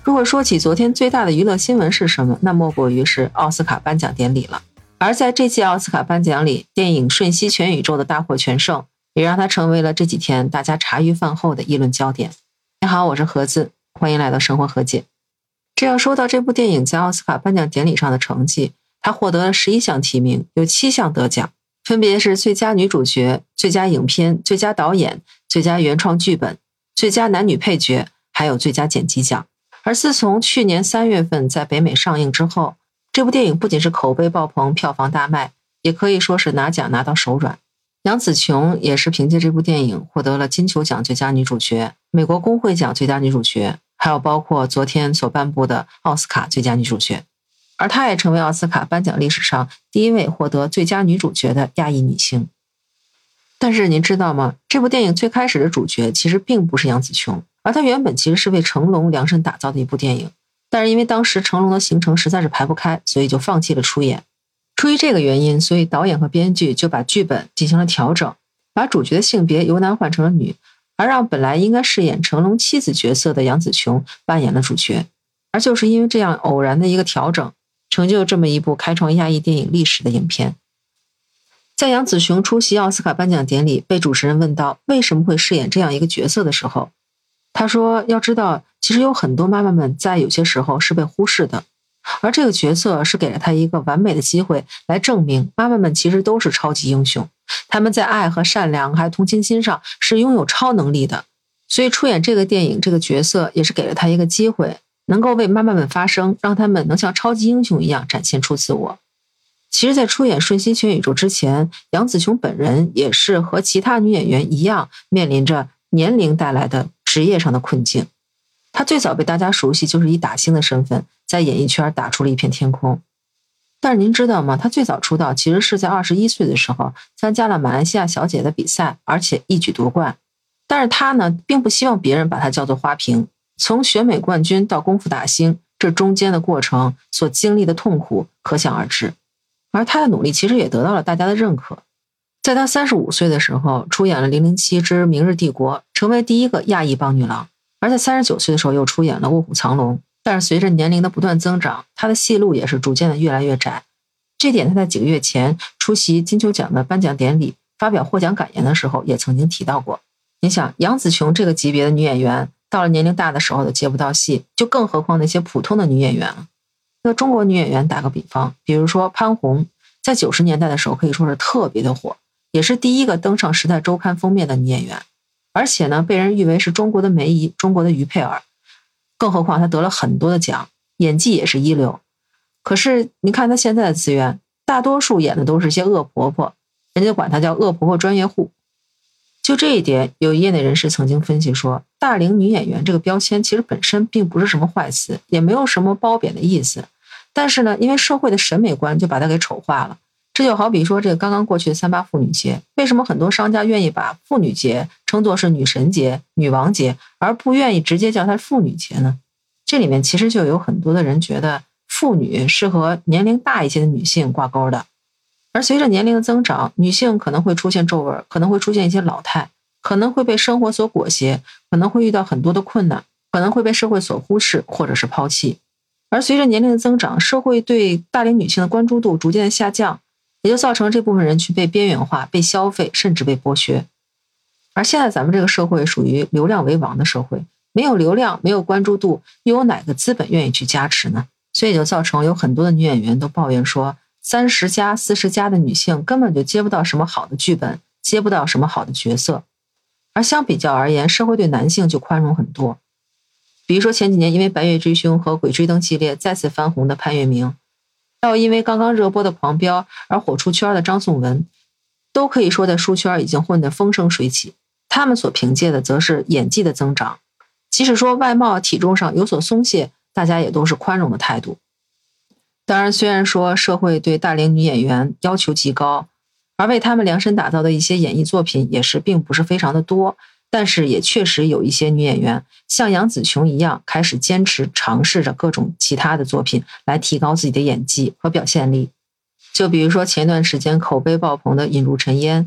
如果说起昨天最大的娱乐新闻是什么，那莫过于是奥斯卡颁奖典礼了。而在这届奥斯卡颁奖里，电影《瞬息全宇宙》的大获全胜，也让它成为了这几天大家茶余饭后的议论焦点。你好，我是何子，欢迎来到生活和解。这要说到这部电影在奥斯卡颁奖典礼上的成绩，它获得了11项提名，有7项得奖，分别是最佳女主角、最佳影片、最佳导演、最佳原创剧本、最佳男女配角，还有最佳剪辑奖。而自从去年3月份在北美上映之后，这部电影不仅是口碑爆棚、票房大卖，也可以说是拿奖拿到手软。杨紫琼也是凭借这部电影获得了金球奖最佳女主角、美国工会奖最佳女主角，还有包括昨天所颁布的奥斯卡最佳女主角。而她也成为奥斯卡颁奖历史上第一位获得最佳女主角的亚裔女星。但是您知道吗？这部电影最开始的主角其实并不是杨紫琼，而她原本其实是为成龙量身打造的一部电影，但是因为当时成龙的行程实在是排不开，所以就放弃了出演。出于这个原因，所以导演和编剧就把剧本进行了调整，把主角的性别由男换成了女，而让本来应该饰演成龙妻子角色的杨紫琼扮演了主角。而就是因为这样偶然的一个调整，成就这么一部开创亚裔电影历史的影片。在杨紫琼出席奥斯卡颁奖典礼，被主持人问到为什么会饰演这样一个角色的时候，她说要知道，其实有很多妈妈们在有些时候是被忽视的，而这个角色是给了她一个完美的机会来证明妈妈们其实都是超级英雄，她们在爱和善良还有同情心上是拥有超能力的。所以出演这个电影这个角色也是给了她一个机会，能够为妈妈们发声，让她们能像超级英雄一样展现出自我。其实在出演《瞬息全宇宙》之前，杨紫琼本人也是和其他女演员一样，面临着年龄带来的职业上的困境。她最早被大家熟悉就是以打星的身份在演艺圈打出了一片天空。但是您知道吗？她最早出道其实是在21岁的时候参加了马来西亚小姐的比赛，而且一举夺冠。但是她呢，并不希望别人把她叫做花瓶。从选美冠军到功夫打星，这中间的过程所经历的痛苦可想而知。而她的努力其实也得到了大家的认可。在她35岁的时候，出演了《007之明日帝国》，成为第一个亚裔邦女郎。而在39岁的时候又出演了《卧虎藏龙》，但是随着年龄的不断增长，她的戏路也是逐渐的越来越窄。这点她在几个月前出席金球奖的颁奖典礼发表获奖感言的时候也曾经提到过。你想，杨紫琼这个级别的女演员到了年龄大的时候都接不到戏，就更何况那些普通的女演员了。那中国女演员打个比方，比如说潘虹，在90年代的时候可以说是特别的火，也是第一个登上《时代周刊》封面的女演员，而且呢，被人誉为是中国的梅姨，中国的于佩尔。更何况她得了很多的奖，演技也是一流。可是你看她现在的资源，大多数演的都是些恶婆婆，人家管她叫恶婆婆专业户。就这一点，有业内人士曾经分析说，大龄女演员这个标签其实本身并不是什么坏词，也没有什么褒贬的意思。但是呢，因为社会的审美观就把它给丑化了。这就好比说这个刚刚过去的3·8妇女节，为什么很多商家愿意把妇女节称作是女神节、女王节，而不愿意直接叫它妇女节呢？这里面其实就有很多的人觉得妇女是和年龄大一些的女性挂钩的。而随着年龄的增长，女性可能会出现皱纹，可能会出现一些老态，可能会被生活所裹挟，可能会遇到很多的困难，可能会被社会所忽视或者是抛弃。而随着年龄的增长，社会对大龄女性的关注度逐渐的下降，也就造成这部分人群被边缘化、被消费，甚至被剥削。而现在咱们这个社会属于流量为王的社会，没有流量，没有关注度，又有哪个资本愿意去加持呢？所以就造成有很多的女演员都抱怨说，30+、40+的女性根本就接不到什么好的剧本，接不到什么好的角色。而相比较而言，社会对男性就宽容很多。比如说前几年因为《白夜追凶》和《鬼吹灯》系列再次翻红的潘粤明，还有因为刚刚热播的《狂飙》而火出圈的张颂文，都可以说在书圈已经混得风生水起。他们所凭借的则是演技的增长，即使说外貌体重上有所松懈，大家也都是宽容的态度。当然，虽然说社会对大龄女演员要求极高，而为他们量身打造的一些演艺作品也是并不是非常的多，但是也确实有一些女演员像杨紫琼一样，开始坚持尝试着各种其他的作品来提高自己的演技和表现力。就比如说前段时间口碑爆棚的《引入尘烟》，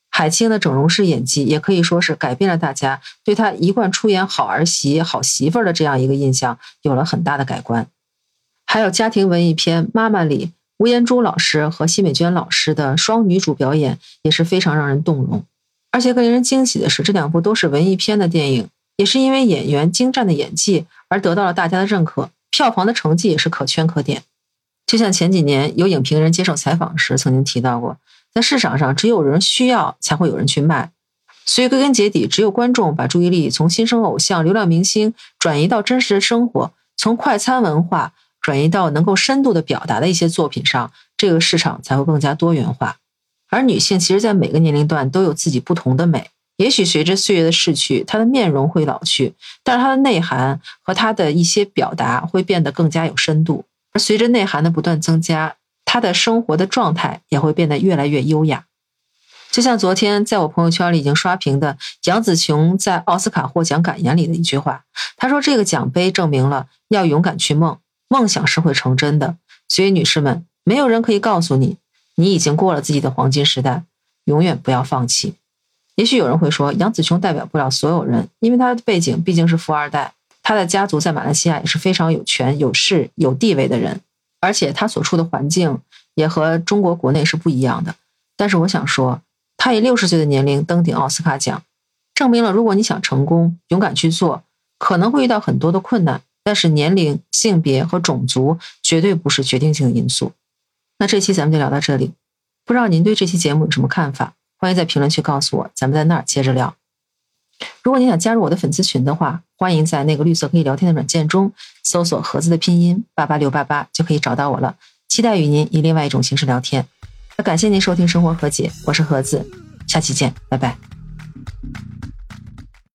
海清的整容式演技也可以说是改变了大家对她一贯出演好儿媳、好媳妇儿的这样一个印象，有了很大的改观。还有家庭文艺片《妈妈》里，吴彦珠老师和奚美娟老师的双女主表演也是非常让人动容。而且更令人惊喜的是，这两部都是文艺片的电影，也是因为演员精湛的演技而得到了大家的认可，票房的成绩也是可圈可点。就像前几年有影评人接受采访时曾经提到过，在市场上只有人需要才会有人去卖，所以归根结底，只有观众把注意力从新生偶像、流量明星转移到真实的生活，从快餐文化转移到能够深度的表达的一些作品上，这个市场才会更加多元化。而女性其实在每个年龄段都有自己不同的美，也许随着岁月的逝去，她的面容会老去，但是她的内涵和她的一些表达会变得更加有深度。而随着内涵的不断增加，她的生活的状态也会变得越来越优雅。就像昨天在我朋友圈里已经刷屏的杨紫琼在奥斯卡获奖感言里的一句话，她说这个奖杯证明了要勇敢去梦，梦想是会成真的。所以女士们，没有人可以告诉你，你已经过了自己的黄金时代，永远不要放弃。也许有人会说，杨紫琼代表不了所有人，因为她的背景毕竟是富二代，她的家族在马来西亚也是非常有权有势有地位的人，而且她所处的环境也和中国国内是不一样的。但是我想说，她以60岁的年龄登顶奥斯卡奖，证明了如果你想成功，勇敢去做，可能会遇到很多的困难，但是年龄、性别和种族绝对不是决定性的因素。那这期咱们就聊到这里，不知道您对这期节目有什么看法？欢迎在评论区告诉我，咱们在那儿接着聊。如果你想加入我的粉丝群的话，欢迎在那个绿色可以聊天的软件中搜索盒子的拼音88688就可以找到我了，期待与您以另外一种形式聊天。感谢您收听生活和解，我是盒子，下期见，拜拜。